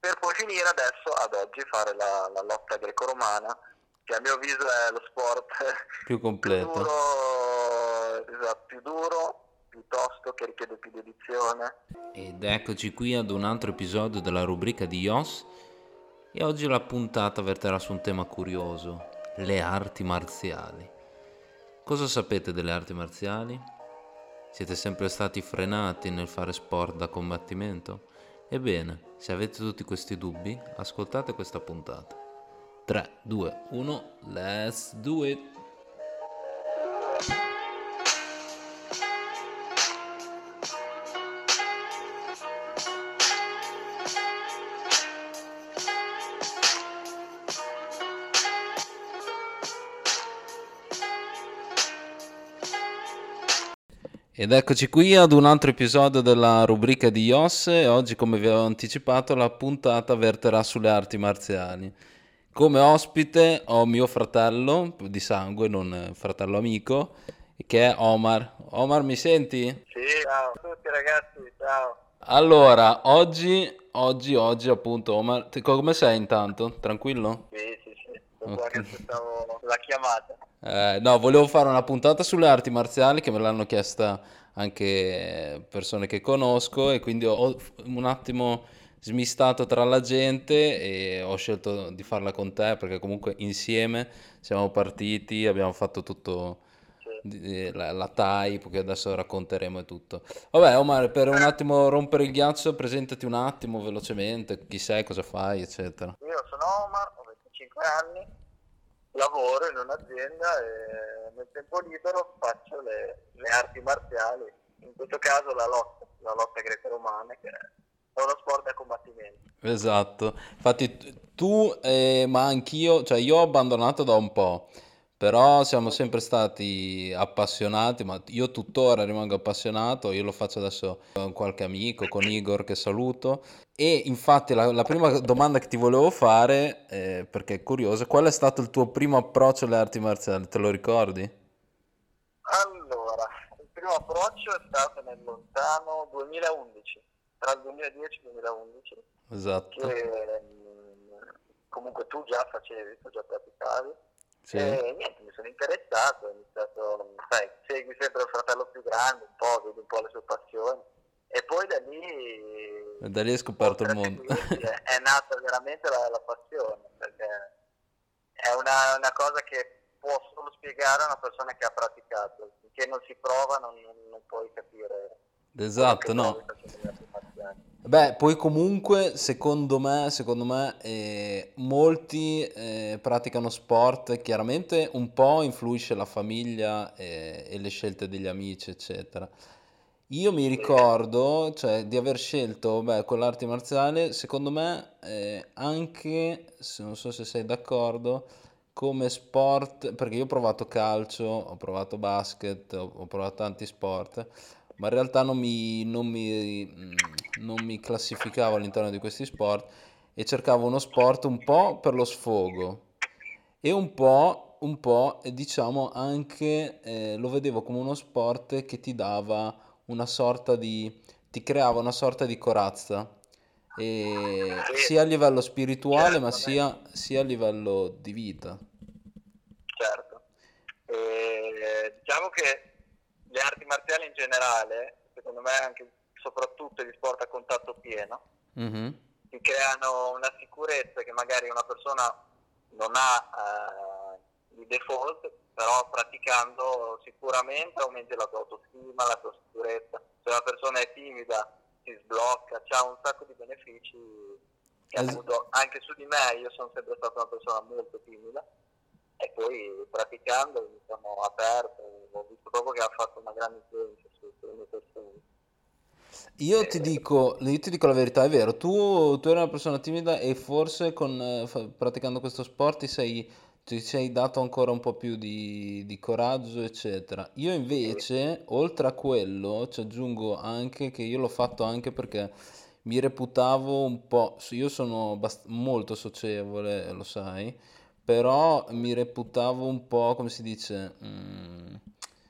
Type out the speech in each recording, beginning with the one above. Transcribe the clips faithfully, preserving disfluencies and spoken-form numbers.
per poi finire adesso, ad oggi, fare la, la lotta greco-romana, che a mio avviso è lo sport Più più completo. duro, esatto, più duro, piuttosto, che richiede più dedizione. Ed eccoci qui ad un altro episodio della rubrica di Yos e oggi la puntata verterà su un tema curioso, le arti marziali. Cosa sapete delle arti marziali? Siete sempre stati frenati nel fare sport da combattimento? Ebbene, se avete tutti questi dubbi, ascoltate questa puntata. tre, due, uno, let's do it! Ed eccoci qui ad un altro episodio della rubrica di Yos e oggi, come vi avevo anticipato, la puntata verterà sulle arti marziali. Come ospite ho mio fratello di sangue, non fratello amico, che è Omar. Omar, mi senti? Sì, ciao a tutti ragazzi, ciao. Allora, oggi, oggi, oggi appunto, Omar, te- come sei intanto? Tranquillo? Sì, sì, sì, sono qua Ok. che aspettavo la chiamata. Eh, no, volevo fare una puntata sulle arti marziali che me l'hanno chiesta anche persone che conosco e quindi ho un attimo smistato tra la gente e ho scelto di farla con te perché comunque insieme siamo partiti, abbiamo fatto tutto Sì. di- la, la type che adesso racconteremo e tutto. Vabbè, Omar, per un attimo rompere il ghiaccio, presentati un attimo velocemente, chi sei, cosa fai, eccetera. Io sono Omar, ho venticinque anni, lavoro in un'azienda e nel tempo libero faccio le, le arti marziali, in questo caso la lotta, la lotta greco-romana, che è uno sport da combattimento. Esatto, infatti t- tu, eh, ma anch'io, cioè io ho abbandonato da un po', però siamo sempre stati appassionati, ma io tuttora rimango appassionato, io lo faccio adesso con qualche amico, con Igor che saluto, e infatti la, la prima domanda che ti volevo fare, eh, perché è curiosa, qual è stato il tuo primo approccio alle arti marziali, te lo ricordi? Allora, il primo approccio è stato nel lontano duemilaundici, tra il duemiladieci e il duemilaundici, Esatto, che mh, comunque tu già facevi, tu già praticavi, sì. e niente, mi sono interessato, ho iniziato, sai, segui sempre il fratello più grande, un po', vedi un po' le sue passioni, e poi da E lì, da lì hai scoperto il oltre a mondo. seguirti, è, è nata veramente la, la passione, perché è una, una cosa che può solo spiegare a una persona che ha praticato, che non si prova non, non, non puoi capire quello che Esatto, provi no. facendo le arti marziali. Beh, poi comunque, secondo me, secondo me eh, molti eh, praticano sport, chiaramente un po' influisce la famiglia eh, e le scelte degli amici, eccetera. Io mi Sì, ricordo, cioè, di aver scelto, beh, quell'arte marziale, secondo me, eh, anche, se non so se sei d'accordo, come sport, perché io ho provato calcio, ho provato basket, ho, ho provato tanti sport, ma in realtà non mi, non mi, mm, non mi classificavo all'interno di questi sport e cercavo uno sport un po' per lo sfogo e un po', un po', eh, diciamo, anche eh, lo vedevo come uno sport che ti dava una sorta di, ti creava una sorta di corazza, e sì, sia a livello spirituale ma certamente, sia, sia a livello di vita. certo. E, diciamo che le arti marziali in generale, secondo me anche soprattutto gli sport a contatto pieno, Mhm. ti creano una sicurezza che magari una persona non ha eh, di default, però praticando sicuramente aumenti la tua autostima, la tua sicurezza. Se una persona è timida, si sblocca, ha un sacco di benefici che Es- appunto anche su di me, io sono sempre stata una persona molto timida e poi praticando mi sono aperto, ho visto proprio che ha fatto una grande influenza su- sulle mie persone. Io ti E, dico, io ti dico la verità, è vero, tu, tu eri una persona timida e forse con, eh, fa- praticando questo sport ti sei, ti sei dato ancora un po' più di, di coraggio, eccetera. Io sì, invece, oltre a quello, ci aggiungo anche che io l'ho fatto anche perché mi reputavo un po', io sono abbast- molto socievole, lo sai, però mi reputavo un po', come si dice, mm,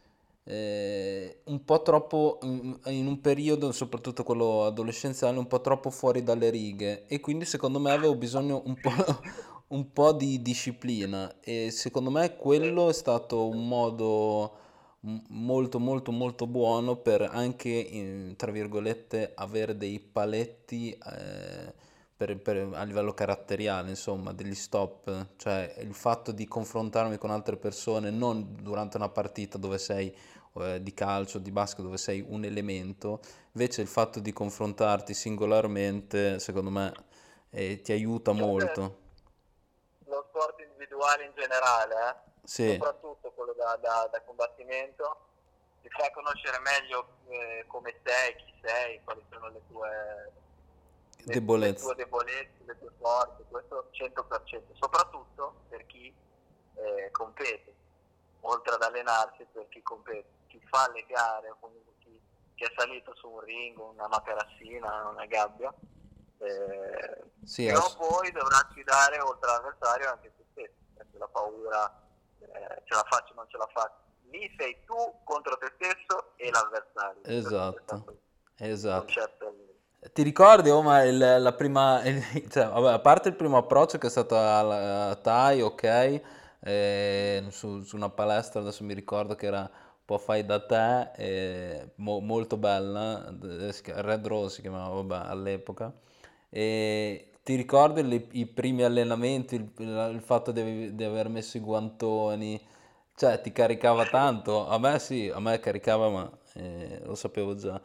eh, un po' troppo mm, in un periodo, soprattutto quello adolescenziale, un po' troppo fuori dalle righe e quindi secondo me avevo bisogno un po', un po' di disciplina e secondo me Sì, quello è stato un modo m- molto molto molto buono per anche, in- tra virgolette, avere dei paletti eh, per- per- a livello caratteriale, insomma, degli stop, cioè il fatto di confrontarmi con altre persone non durante una partita dove sei eh, di calcio, di basket, dove sei un elemento, invece il fatto di confrontarti singolarmente, secondo me, eh, ti aiuta diciamo che molto. lo sport individuale in generale, eh, Sì, soprattutto quello da, da- da combattimento, ti fa conoscere meglio eh, come sei, chi sei, quali sono le tue, le, le debolezza. tue debolezze, le tue forze, questo cento per cento, soprattutto per chi eh, compete, oltre ad allenarsi per chi compete, chi fa le gare o comunque chi, chi è salito su un ring, una materassina, una gabbia, eh, Sì, prima o ass- poi dovrà sfidare oltre all'avversario anche te stesso, perché la paura, eh, ce la faccio o non ce la faccio. Lì sei tu contro te stesso e l'avversario. Questo è sempre esatto, stato il esatto. concetto. Ti ricordi, oh, ma il- la prima, il- cioè, vabbè, a parte il primo approccio che è stato a, a Thai, ok, eh, su, su una palestra, adesso mi ricordo che era un po' fai da te, eh, mo- molto bella, eh, si chiama- Red Rose si chiamava, vabbè, all'epoca. E ti ricordi le- i primi allenamenti, il, il- il fatto di, di aver messo i guantoni, cioè ti caricava Sì, tanto? A me sì, a me caricava, ma eh, lo sapevo già.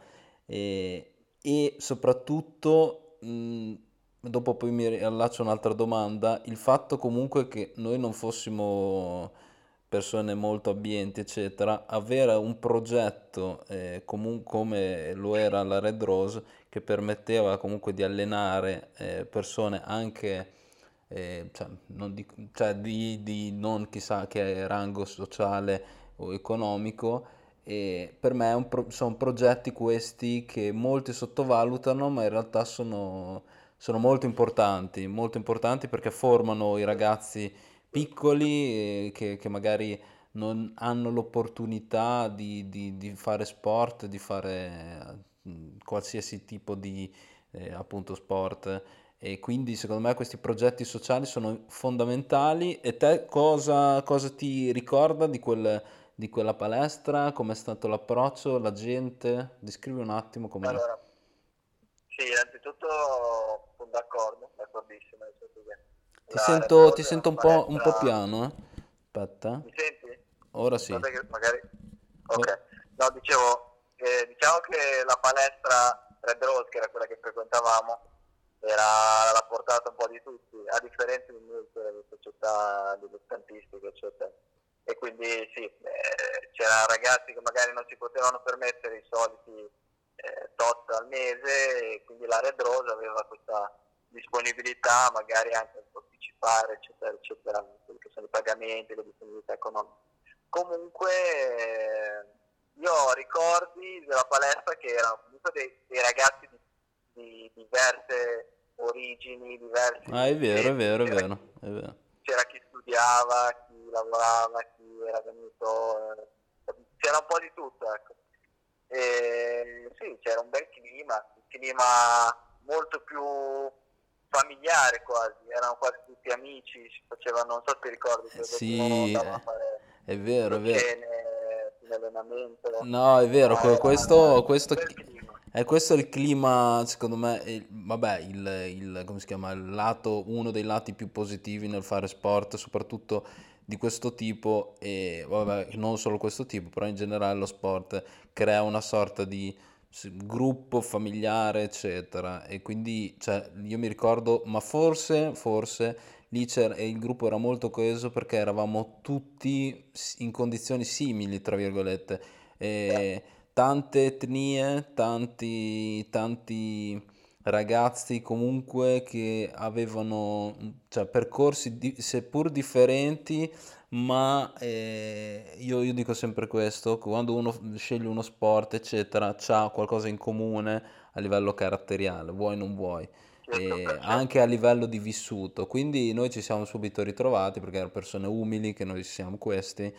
E, e soprattutto, mh, dopo poi mi riallaccio a un'altra domanda, il fatto comunque che noi non fossimo persone molto abbienti, eccetera, avere un progetto eh, comun- come lo era la Red Rose, che permetteva comunque di allenare eh, persone anche eh, cioè, non di, cioè di, di non chissà che rango sociale o economico, e per me è un pro- sono progetti questi che molti sottovalutano, ma in realtà sono, sono molto importanti, molto importanti perché formano i ragazzi piccoli eh, che, che magari non hanno l'opportunità di, di- di fare sport, di fare eh, qualsiasi tipo di eh, appunto sport. E quindi secondo me questi progetti sociali sono fondamentali. E te cosa, cosa ti ricorda di quel, di quella palestra? Com'è stato l'approccio, la gente? Descrivi un attimo com'era. allora, sì, innanzitutto sono d'accordo, d'accordissimo, nel senso che Ti la Red sento, ti Rose è una sento un po', un po' palestra. piano, eh? Aspetta, Mi senti? ora sì. Guarda che magari. Oh, Ok. No, dicevo, eh, diciamo che la palestra Red Rose, che era quella che frequentavamo, era alla portata un po' di tutti, a differenza di molte società dilettantistiche, eccetera. E quindi sì, eh, c'erano ragazzi che magari non si potevano permettere i soliti eh, tot al mese e quindi la Red Rose aveva questa disponibilità magari anche a posticipare, eccetera, eccetera, quelli che sono i pagamenti, le disponibilità economiche. Comunque eh, io ho ricordi della palestra che erano comunque dei, dei ragazzi di, di diverse origini, ah, è diversi vero, è livelli, vero, è c'era vero, chi, è vero. c'era chi studiava, chi lavorava, chi era venuto, eh, c'era un po' di tutto, ecco. E sì, c'era un bel clima, un clima molto più familiare quasi, erano quasi tutti amici, si facevano, non so se ti ricordi, Eh, che dopo uno sì, andava eh, a fare è vero, è le vero. cene in allenamento, No, è vero, no, que- era questo, un questo, bel clima. è questo il clima, secondo me, il- vabbè, il, il- come si chiama, il lato, uno dei lati più positivi nel fare sport, soprattutto di questo tipo, e vabbè, non solo questo tipo, però in generale lo sport crea una sorta di s- gruppo familiare, eccetera, e quindi, cioè, io mi ricordo, ma forse, forse, lì c'era, e il gruppo era molto coeso perché eravamo tutti s- in condizioni simili, tra virgolette, e tante etnie, tanti, tanti ragazzi comunque che avevano cioè, percorsi di- seppur differenti, ma eh, io, io dico sempre questo, che quando uno sceglie uno sport, eccetera, c'ha qualcosa in comune a livello caratteriale, vuoi o non vuoi, e cento per cento. anche a livello di vissuto. Quindi noi ci siamo subito ritrovati perché erano persone umili, che noi siamo questi,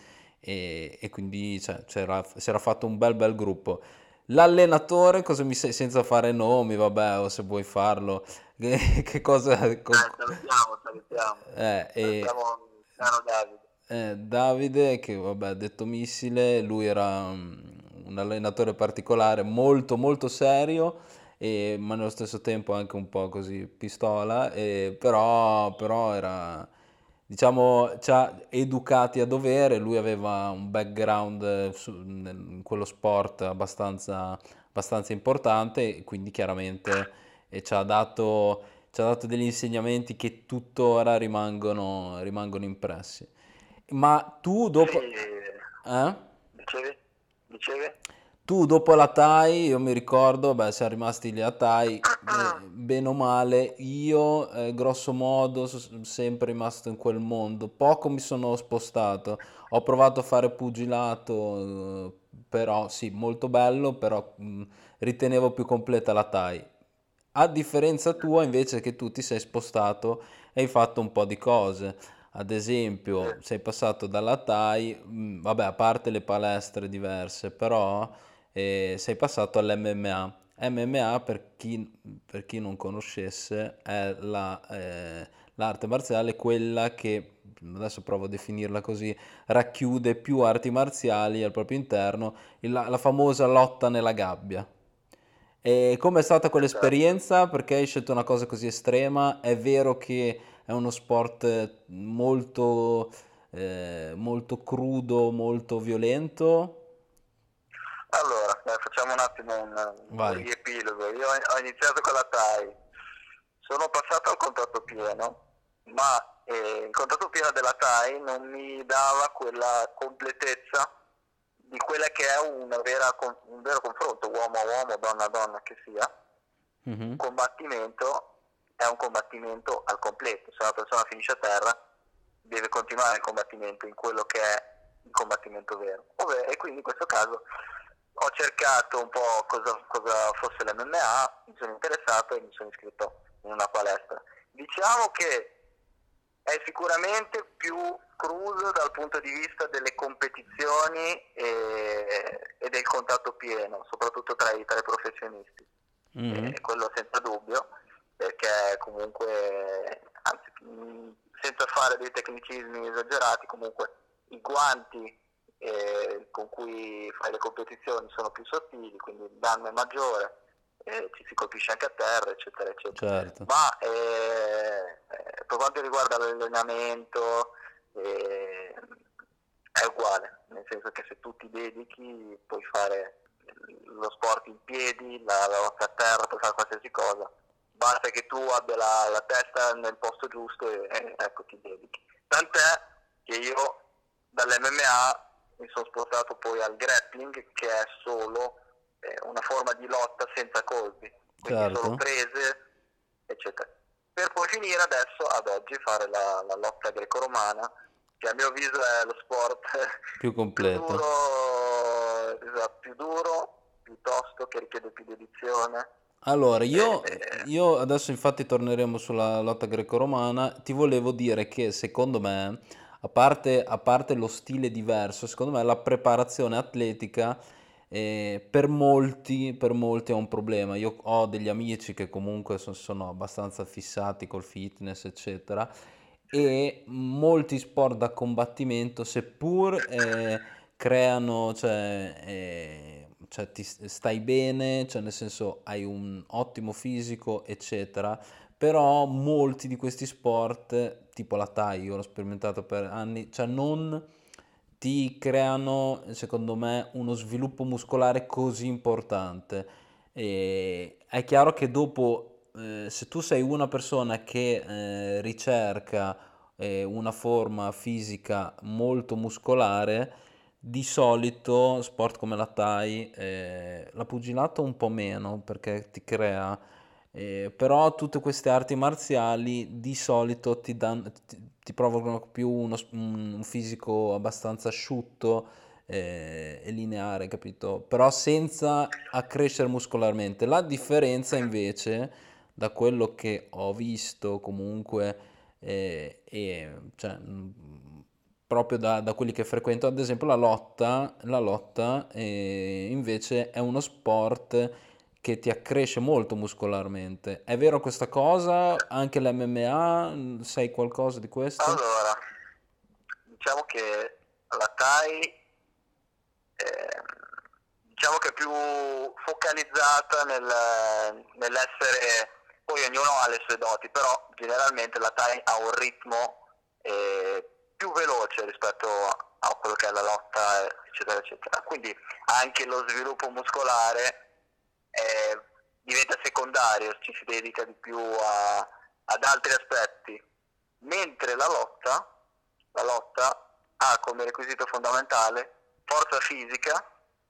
e, e quindi cioè, c'era, si era fatto un bel bel gruppo. L'allenatore, cosa mi sei, senza fare nomi, vabbè, o se vuoi farlo, che, che cosa... co- Dai, salutiamo, salutiamo. eh, e, Salutiamo il caro Davide. eh, Davide, che vabbè, detto Missile, lui era mm, un allenatore particolare, molto molto serio, e- ma nello stesso tempo anche un po' così pistola, e però, però era, diciamo, ci ha educati a dovere, lui aveva un background eh, su- nel- in quello sport abbastanza, abbastanza importante, e quindi chiaramente e ci ha dato, ci ha dato degli insegnamenti che tuttora rimangono, rimangono impressi. Ma tu Sì, dopo... Eh? dicevi? Dicevi? Tu dopo la Thai, io mi ricordo, beh, siamo rimasti lì a Thai, eh, bene o male, io eh, grosso modo sono sempre rimasto in quel mondo, poco mi sono spostato, ho provato a fare pugilato, eh, però sì, molto bello, però mh, ritenevo più completa la Thai. A differenza tua, invece, che tu ti sei spostato e hai fatto un po' di cose. Ad Sì. esempio, sei passato dalla Thai, mh, vabbè, a parte le palestre diverse, però e sei passato all'M M A. M M A, per chi, per chi non conoscesse, è la, eh, l'arte marziale, quella che, adesso provo a definirla così, racchiude più arti marziali al proprio interno, il- la, la famosa lotta nella gabbia. E com'è stata Esatto. quell'esperienza? Perché hai scelto una cosa così estrema? È vero che è uno sport eh, molto, eh, molto crudo, molto violento? Allora, dai, facciamo un attimo un, un Vai. riepilogo. Io ho ho iniziato con la Thai, sono passato al contatto pieno, ma eh, il contatto pieno della Thai non mi dava quella completezza di quella che è una vera, con- un vero confronto uomo a uomo, donna a donna che sia. Un Mhm. combattimento è un combattimento al completo. Se una persona finisce a terra, deve continuare il combattimento in quello che è il combattimento vero. Ovvero, e quindi in questo caso ho cercato un po' cosa, cosa fosse l'M M A, mi sono interessato e mi sono iscritto in una palestra. Diciamo che è sicuramente più crudo dal punto di vista delle competizioni e, e del contatto pieno, soprattutto tra i, tra i professionisti. Mhm. E quello senza dubbio, perché comunque, anzi, mh, senza fare dei tecnicismi esagerati, comunque i guanti eh, con cui fai le competizioni sono più sottili, quindi il danno è maggiore, eh, ci si colpisce anche a terra, eccetera, eccetera. Certo. Ma eh, eh, per quanto riguarda l'allenamento eh, è uguale, nel senso che se tu ti dedichi puoi fare lo sport in piedi, la, la lotta a terra, puoi fare qualsiasi cosa, basta che tu abbia la, la testa nel posto giusto e, e ecco ti dedichi. Tant'è che io dall'M M A mi sono spostato poi al grappling, che è solo eh, una forma di lotta senza colpi, quindi solo Certo. prese, eccetera. Per poi finire adesso, ad oggi, fare la, la lotta greco-romana, che a mio avviso è lo sport Più più completo. duro, esatto, più duro, più tosto, che richiede più dedizione. Allora, E, io, io adesso infatti torneremo sulla lotta greco-romana, ti volevo dire che secondo me, a parte, a parte lo stile diverso, secondo me la preparazione atletica eh, per molti, per molti è un problema. Io ho degli amici che comunque so- sono abbastanza fissati col fitness, eccetera, e molti sport da combattimento, seppur eh, creano, cioè, eh, cioè ti stai bene, cioè nel senso hai un ottimo fisico, eccetera, però molti di questi sport, tipo la Thai, io l'ho sperimentato per anni, cioè non ti creano, secondo me, uno sviluppo muscolare così importante. E è chiaro che dopo, eh, se tu sei una persona che eh, ricerca eh, una forma fisica molto muscolare, di solito sport come la Thai, eh, la pugilato un po' meno perché ti crea, eh, però tutte queste arti marziali di solito ti danno, ti, ti provocano più uno s- un un fisico abbastanza asciutto eh, e lineare, capito? Però senza accrescere muscolarmente. La differenza invece, da quello che ho visto comunque, eh, e cioè, mh, proprio da, da quelli che frequento, ad esempio la lotta, la lotta eh, invece è uno sport che ti accresce molto muscolarmente. È vero questa cosa? Anche l'M M A, sai qualcosa di questo? Allora, diciamo che la Thai eh, diciamo che è più focalizzata nel, nell'essere, poi ognuno ha le sue doti, però generalmente la Thai ha un ritmo eh, più veloce rispetto a quello che è la lotta, eccetera, eccetera. Quindi anche lo sviluppo muscolare eh, diventa secondario, ci si dedica di più a, ad altri aspetti, mentre la lotta, la lotta ha come requisito fondamentale forza fisica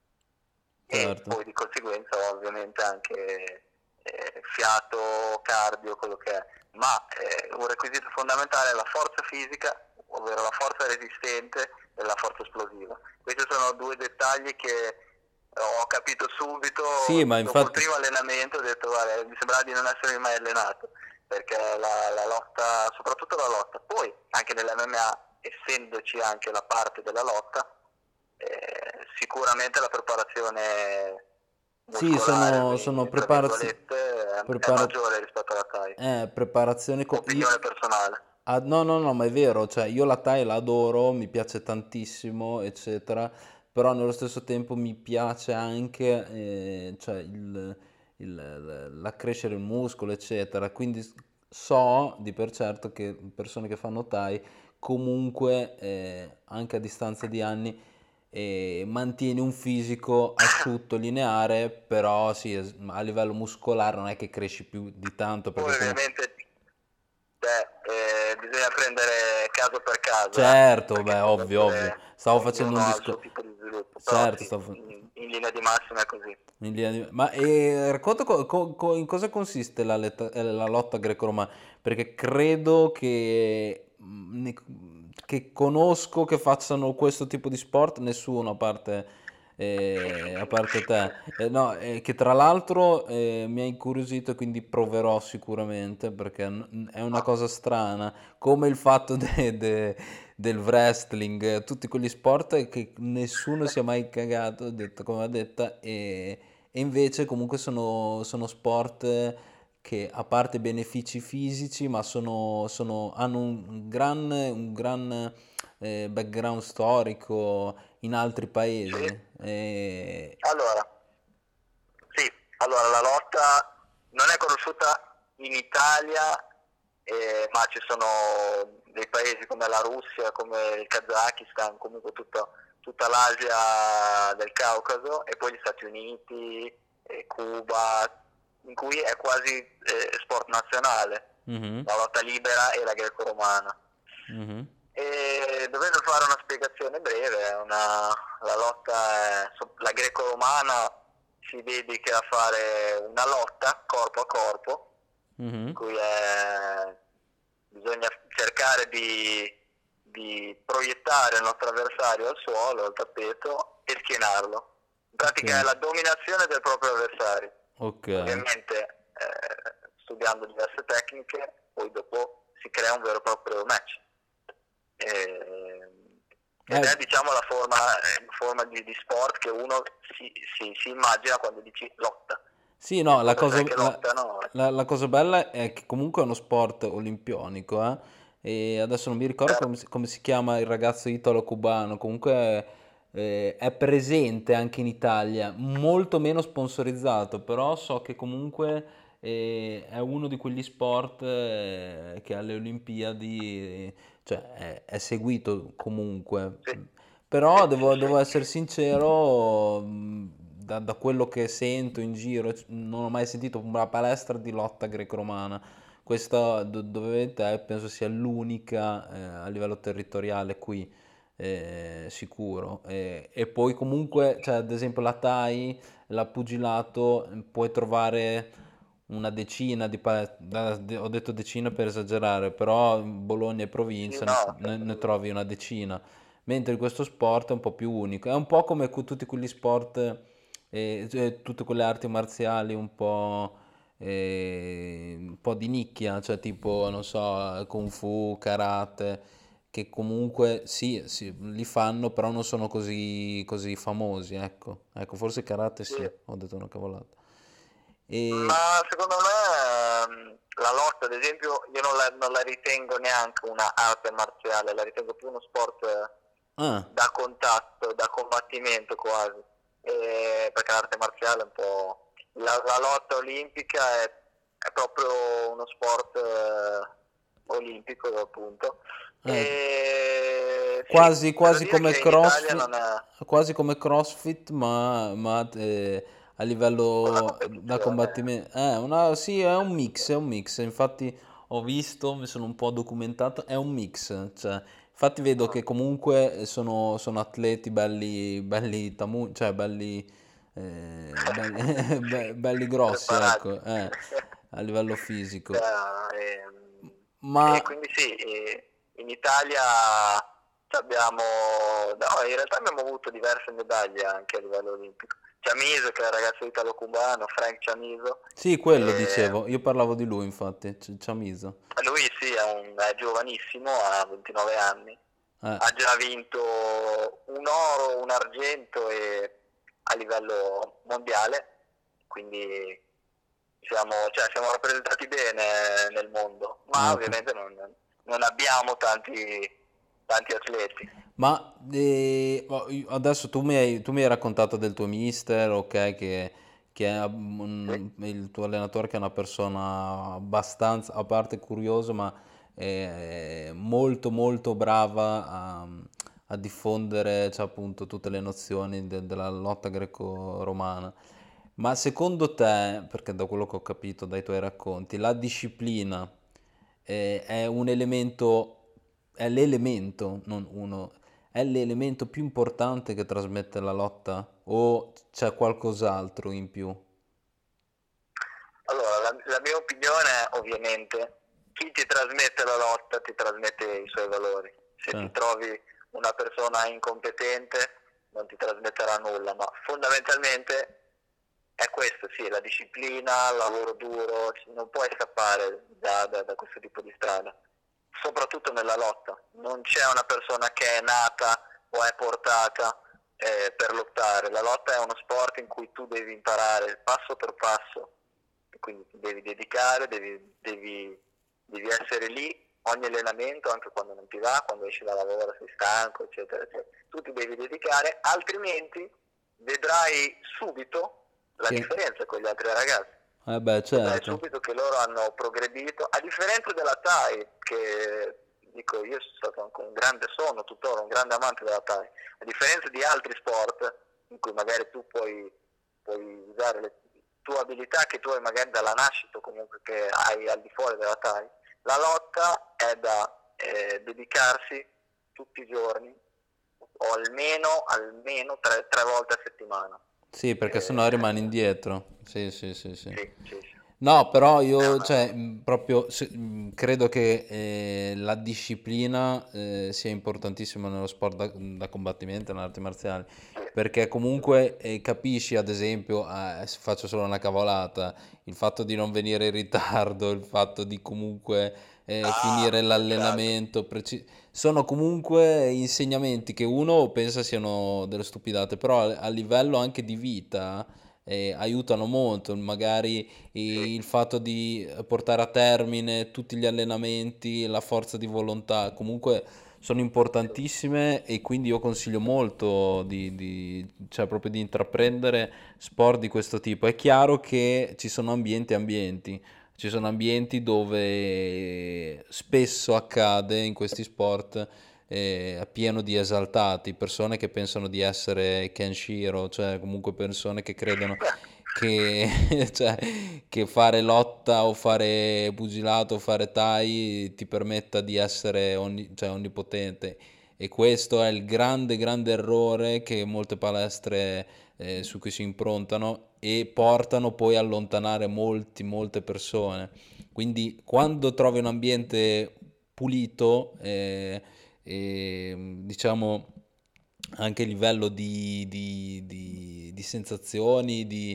e Certo. poi di conseguenza ovviamente anche eh, fiato, cardio, quello che è, ma eh, un requisito fondamentale è la forza fisica, ovvero la forza resistente e la forza esplosiva. Questi sono due dettagli che ho capito subito Sì, ma dopo il infatti, primo allenamento, ho detto guarda, mi sembrava di non essermi mai allenato, perché la, la lotta, soprattutto la lotta, poi anche nell'M M A, essendoci anche la parte della lotta, eh, sicuramente la preparazione sì, muscolare, sono, sono quindi, tra preparazio- virgolette, è, è prepara- maggiore rispetto alla Thai. eh, preparazione. co- io- Opinione personale. Ah, no, no, no, ma è vero, cioè io la Thai la adoro, mi piace tantissimo, eccetera, però nello stesso tempo mi piace anche eh, cioè, il, il- l'accrescere il muscolo, eccetera, quindi s- so di per certo che persone che fanno Thai comunque eh, anche a distanza di anni eh, mantieni un fisico asciutto, lineare, però sì, es- a livello muscolare non è che cresci più di tanto perché Poi comunque... ovviamente cioè, eh, bisogna prendere caso per caso, eh, Certo, beh, perché ovvio, ovvio. comunque Stavo facendo ognuno un ha il discorso. suo tipo di sviluppo, però Certo, sì, stavo... in, in linea di massima è così. in linea di- Ma eh, racconta co- co- co- in cosa consiste la, letta- eh, la lotta greco-romana? Perché credo che, mm, ne- che conosco che facciano questo tipo di sport, nessuno a parte, eh, a parte te. Eh, no, eh, che tra l'altro eh, mi ha incuriosito e quindi proverò sicuramente perché n- è una cosa strana, come il fatto de- de- del wrestling, eh, tutti quegli sport che nessuno si è mai cagato, detto come ha detta, e, e invece comunque sono, sono sport che a parte benefici fisici, ma sono, sono- hanno un gran, un gran eh, background storico in altri Sì, paesi. E- allora, sì, allora la lotta non è conosciuta in Italia, eh, ma ci sono dei paesi come la Russia, come il Kazakistan, comunque tutto- tutta l'Asia del Caucaso e poi gli Stati Uniti, eh, Cuba, in cui è quasi eh, sport nazionale, Mhm, la lotta libera e la greco-romana. mhm. E dovendo fare una spiegazione breve, è una, la lotta, è, so- la greco-romana si dedica a fare una lotta corpo a corpo, in Mhm. cui è- bisogna cercare di, di proiettare il nostro avversario al suolo, al tappeto, e schienarlo. In Ok, pratica è la dominazione del proprio avversario. ok. Ovviamente eh, studiando diverse tecniche, poi dopo si crea un vero e proprio match. Eh, ed Eh, è diciamo la forma, eh, forma di, di sport che uno si, si, si immagina quando dici lotta. sì, E no, la come sai cosa, che la, lottano, la- la cosa bella è che comunque è uno sport olimpionico, eh? E adesso non mi ricordo come, certo, si come si chiama il ragazzo italo-cubano, comunque eh, è presente anche in Italia, molto meno sponsorizzato, però so che comunque eh, è uno di quegli sport eh, che alle Olimpiadi, cioè è, è seguito comunque. sì, Però sì, sì, devo, devo sì. essere sincero, mh, da, da quello che sento in giro, c- non ho mai sentito una palestra di lotta greco-romana. Questa, do- dove vedete, penso sia l'unica eh, a livello territoriale qui, eh, sicuro. E, e poi comunque, cioè, ad esempio la Thai, la pugilato, eh, puoi trovare una decina di palestre, ho detto decina per esagerare, però in Bologna e Sì, provincia ne no, ne- senza ne dubbio. trovi una decina. Mentre questo sport è un po' più unico, è un po' come cu- tutti quegli sport, eh, cioè, tutte quelle arti marziali un po', eh, un po' di nicchia, cioè tipo, non so, Kung Fu, Karate, che comunque sì, sì, li fanno, però non sono così, così famosi, ecco. Ecco, forse karate Sì. sì, ho detto una cavolata. E... Ma secondo me ehm, la lotta, ad esempio, io non la, non la ritengo neanche una arte marziale, la ritengo più uno sport eh, Ah, da contatto, da combattimento quasi. Eh, perché l'arte marziale è un po'... La, la lotta olimpica è, è proprio uno sport eh, olimpico, appunto. eh, E sì, quasi, devo quasi dire come che in Italia CrossFit, non è quasi come CrossFit, ma, ma, eh, a con la livello da competizione. combattimento. Eh, una, sì, è un mix, è un mix. Infatti ho visto, mi sono un po' documentato, è un mix. Cioè, infatti vedo Mm. che comunque sono, sono atleti belli, belli tamu, cioè belli, eh, belli, be- belli grossi, Preparati. ecco, eh, a livello fisico. Eh, ehm, Ma e quindi sì, eh, in Italia abbiamo, no, in realtà abbiamo avuto diverse medaglie anche a livello olimpico. Ciamiso, che è il ragazzo italo-cubano, Frank Ciamiso, sì, quello eh, dicevo, io parlavo di lui infatti, C- Ciamiso. lui sì, è, un, è giovanissimo, ha ventinove anni, Eh. ha già vinto un oro, un argento e, a livello mondiale, quindi siamo, cioè, siamo rappresentati bene nel mondo, ma Ah, ok. ovviamente non, non abbiamo tanti, tanti atleti. Ma eh, oh, io- adesso tu mi hai, tu mi hai raccontato del tuo mister, ok, che, che è Sì. un- il tuo allenatore che è una persona abbastanza, a parte curioso, ma è molto molto brava a, a diffondere, cioè, appunto, tutte le nozioni de- della lotta greco-romana. Ma secondo te, perché da quello che ho capito dai tuoi racconti, la disciplina eh, è un elemento, è l'elemento, non uno, è l'elemento più importante che trasmette la lotta o c'è qualcos'altro in più? Allora, la, la mia opinione ovviamente, chi ti trasmette la lotta ti trasmette i suoi valori. Se Cioè, ti trovi una persona incompetente non ti trasmetterà nulla, ma fondamentalmente è questo, sì, la disciplina, il lavoro duro, non puoi scappare da, da, da questo tipo di strada, soprattutto nella lotta. Non c'è una persona che è nata o è portata eh, per lottare. La lotta è uno sport in cui tu devi imparare passo per passo, e quindi ti devi dedicare, devi, devi, devi essere lì ogni allenamento, anche quando non ti va, quando esci da lavoro sei stanco, eccetera, eccetera. Tu ti devi dedicare, altrimenti vedrai subito la che, differenza con gli altri ragazzi. eh beh, Vedrai certo. subito che loro hanno progredito, a differenza della Thai, che dico io sono stato anche un grande, sono tuttora un grande amante della Thai, a differenza di altri sport in cui magari tu puoi, puoi usare le tue abilità che tu hai magari dalla nascita o comunque che hai al di fuori della Thai, la lotta è da eh, dedicarsi tutti i giorni o almeno, almeno tre, tre volte a settimana. Sì, perché sennò rimani Eh, indietro. Sì, sì, sì, sì. sì, sì, sì. No, però È io, una... cioè, mh, proprio se- mh, credo che eh, la disciplina eh, sia importantissima nello sport da, da combattimento, nelle arti marziali, perché comunque eh, capisci, ad esempio, eh, se faccio solo una cavolata, il fatto di non venire in ritardo, il fatto di comunque eh, Ah, finire eh, certo. l'allenamento, preci- sono comunque insegnamenti che uno pensa siano delle stupidate, però a, a livello anche di vita eh, aiutano molto, magari Sì, i- il fatto di portare a termine tutti gli allenamenti, la forza di volontà, comunque sono sì. importantissime e quindi io consiglio molto di, di- cioè proprio di intraprendere sport di questo tipo. È chiaro che ci sono ambienti e ambienti. Ci sono ambienti dove spesso accade in questi sport eh, è pieno di esaltati, persone che pensano di essere Kenshiro, cioè comunque persone che credono che, cioè, che fare lotta o fare pugilato o fare Thai ti permetta di essere onni- cioè, onnipotente. E questo è il grande, grande errore che molte palestre eh, su cui si improntano e portano poi a allontanare molti, molte persone. Quindi quando trovi un ambiente pulito, eh, e, diciamo anche a livello di, di- di- di sensazioni, di,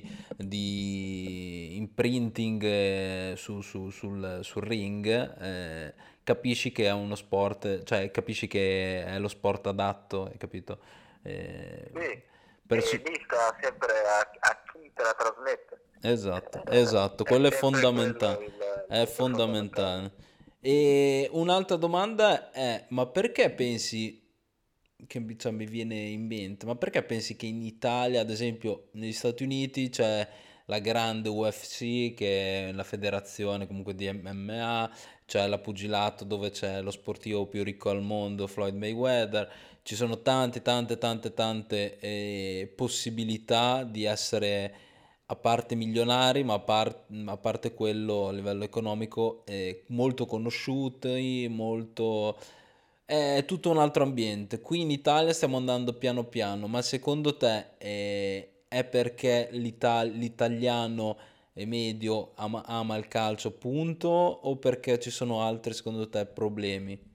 di imprinting eh, su- su- sul, sul ring, eh, capisci che è uno sport, cioè capisci che è lo sport adatto, hai capito? Eh, Sì, per e su- lì sta sempre a, a chi te la trasmette. Esatto, esatto, Eh, è quello è sempre quello fondamentale, il, il è punto fondamentale. fondamentale. E un'altra domanda è, ma perché pensi, che mi cioè, mi viene in mente, ma perché pensi che in Italia, ad esempio negli Stati Uniti, c'è la grande U F C, che è la federazione comunque di M M A, c'è la pugilato dove c'è lo sportivo più ricco al mondo, Floyd Mayweather, ci sono tante, tante, tante, tante eh, possibilità di essere a parte milionari, ma a, par- a parte quello a livello economico, eh, molto conosciuti, molto... È tutto un altro ambiente. Qui in Italia stiamo andando piano piano, ma secondo te eh, è perché l'ita- l'italiano è medio ama, ama il calcio, punto, o perché ci sono altri, secondo te, problemi?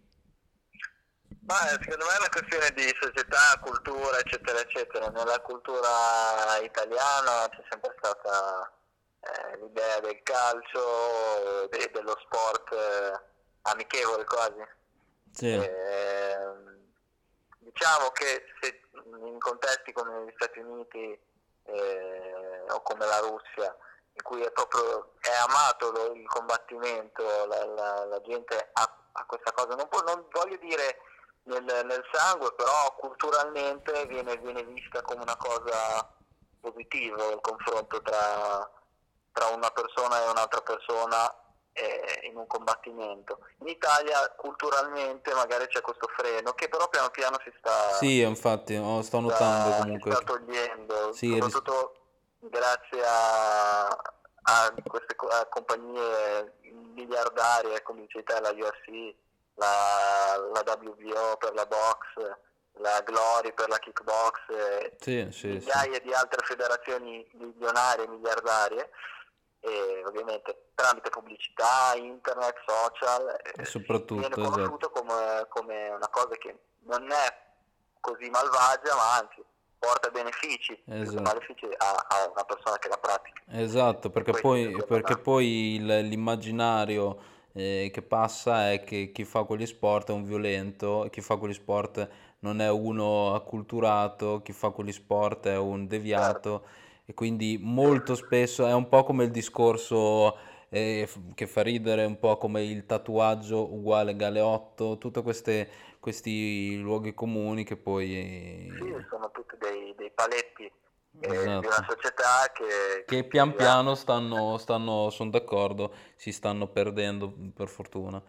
Ma eh, secondo me è una questione di società, cultura, eccetera, eccetera. Nella cultura italiana c'è sempre stata eh, l'idea del calcio e dello sport eh, amichevole quasi. Sì, Ehm, diciamo che se in contesti come gli Stati Uniti eh, o come la Russia, in cui è proprio è amato lo- il combattimento, la, la- la gente ha, ha questa cosa, non, può- non voglio dire nel, nel sangue, però culturalmente viene, viene vista come una cosa positiva il confronto tra, tra una persona e un'altra persona eh, in un combattimento. In Italia culturalmente magari c'è questo freno che però piano piano si sta, sì, infatti, oh, sto notando sta- si comunque sta che... togliendo, Sì, ris- soprattutto grazie a, a queste co- a compagnie miliardarie come dicevi te, la U F C, la, la W B O per la box, la Glory per la kickbox, e sì, sì, sì. migliaia di altre federazioni milionarie, miliardarie, e ovviamente tramite pubblicità, internet, social, E eh, viene soprattutto, esatto. conosciuto come, come una cosa che non è così malvagia, ma anzi porta benefici più che Esatto. malefici a, a una persona che la pratica. Esatto, E perché questo poi, secondo perché me. poi il- l'immaginario eh, che passa è che chi fa quegli sport è un violento, chi fa quegli sport non è uno acculturato, chi fa quegli sport è un Certo, deviato, e quindi sì, molto spesso è un po' come il discorso eh, f- che fa ridere, un po' come il tatuaggio uguale galeotto, tutti questi luoghi comuni che poi... sì, eh, sono tutti dei, dei paletti eh, di una esatto. società che, Che che pian si ha. piano stanno, stanno, sono d'accordo, si stanno perdendo per fortuna.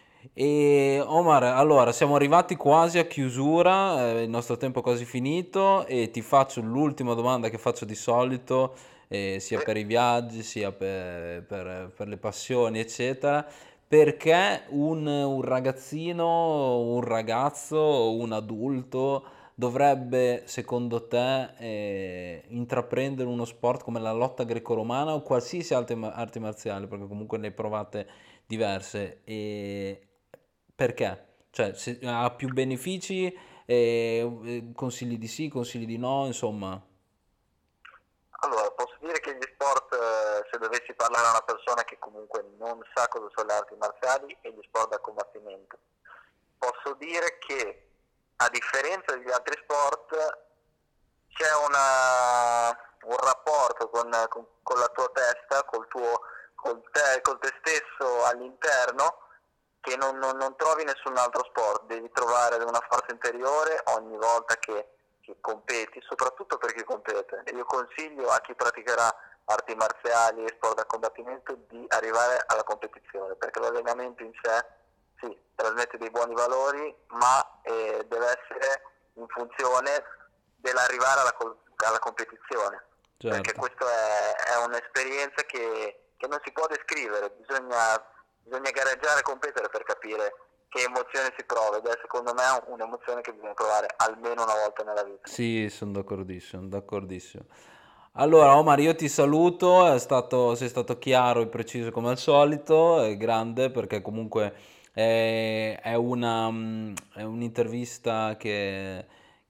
E Omar, allora siamo arrivati quasi a chiusura, eh, il nostro tempo è quasi finito e ti faccio l'ultima domanda che faccio di solito, eh, sia Sì. per i viaggi, sia per, per- per le passioni, eccetera. Perché un, un ragazzino, un ragazzo, un adulto dovrebbe, secondo te, eh, intraprendere uno sport come la lotta greco-romana o qualsiasi altre ma- arti marziali, perché comunque ne hai provate diverse, e perché? Cioè, se ha più benefici, eh, eh, consigli di sì, consigli di no, insomma. Allora, posso dire che gli sport, eh, se dovessi parlare a una persona che comunque non sa cosa sono le arti marziali e gli sport da combattimento, posso dire che a differenza degli altri sport c'è una, un rapporto con, con- con la tua testa, col tuo, col te, col te stesso all'interno che non, non- non trovi in nessun altro sport, devi trovare una forza interiore ogni volta che, che competi, soprattutto per chi compete. E io consiglio a chi praticherà arti marziali e sport da combattimento di arrivare alla competizione, perché l'allenamento in sé sì, trasmette dei buoni valori, ma eh, deve essere in funzione dell'arrivare alla, co- alla competizione, perché Certo. questa è, è un'esperienza che, che non si può descrivere, bisogna, bisogna gareggiare e competere per capire che emozione si prova ed è secondo me un'emozione che bisogna provare almeno una volta nella vita. Sì, sono d'accordissimo, d'accordissimo. Allora, Omar, io ti saluto, è stato, sei stato chiaro e preciso come al solito, è grande perché comunque è, è una, mm, è un'intervista che,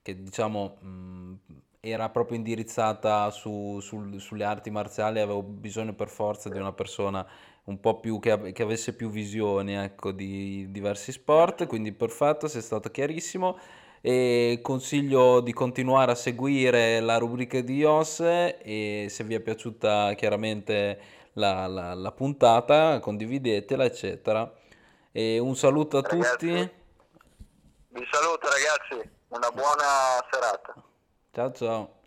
che diciamo mh, era proprio indirizzata su- sul- sulle arti marziali, avevo bisogno per forza Sì. di una persona un po' più che, av- che avesse più visioni, ecco, di diversi sport, quindi perfetto, sei stato chiarissimo e consiglio di continuare a seguire la rubrica di iOS e se vi è piaciuta chiaramente la, la la puntata, condividetela, eccetera. E un saluto a Ragazzi, tutti. vi saluto ragazzi, una buona serata. Ciao ciao.